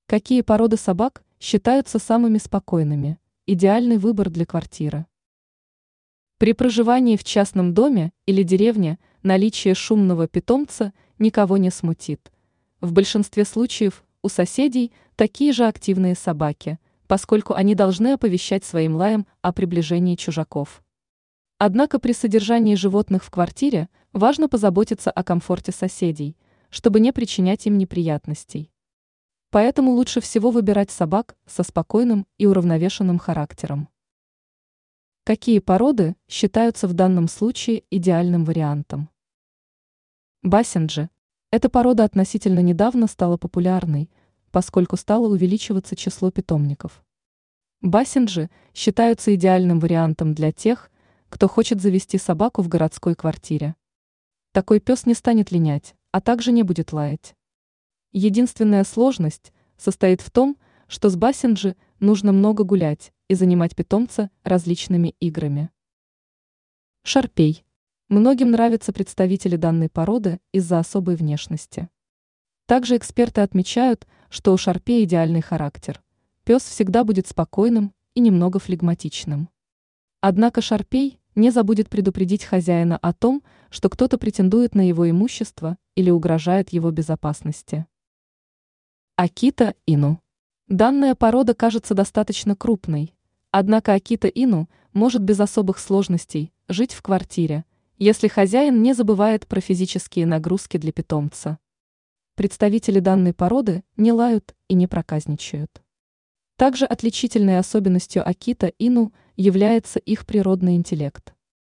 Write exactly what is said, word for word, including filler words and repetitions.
Какие породы собак считаются самыми спокойными? Идеальный выбор для квартиры. При проживании в частном доме или деревне наличие шумного питомца никого не смутит. В большинстве случаев у соседей такие же активные собаки, поскольку они должны оповещать своим лаем о приближении чужаков. Однако при содержании животных в квартире важно позаботиться о комфорте соседей, чтобы не причинять им неприятностей. Поэтому лучше всего выбирать собак со спокойным и уравновешенным характером. Какие породы считаются в данном случае идеальным вариантом? Бассенджи. Эта порода относительно недавно стала популярной, поскольку стало увеличиваться число питомников. Бассенджи считаются идеальным вариантом для тех, кто хочет завести собаку в городской квартире. Такой пес не станет линять, а также не будет лаять. Единственная сложность состоит в том, что с бассенджи нужно много гулять и занимать питомца различными играми. Шарпей. Многим нравятся представители данной породы из-за особой внешности. Также эксперты отмечают, что у шарпея идеальный характер. Пес всегда будет спокойным и немного флегматичным. Однако шарпей не забудет предупредить хозяина о том, что кто-то претендует на его имущество или угрожает его безопасности. Акита Ину. Данная порода кажется достаточно крупной, однако Акита Ину может без особых сложностей жить в квартире, если хозяин не забывает про физические нагрузки для питомца. Представители данной породы не лают и не проказничают. Также отличительной особенностью Акита Ину является их природный интеллект.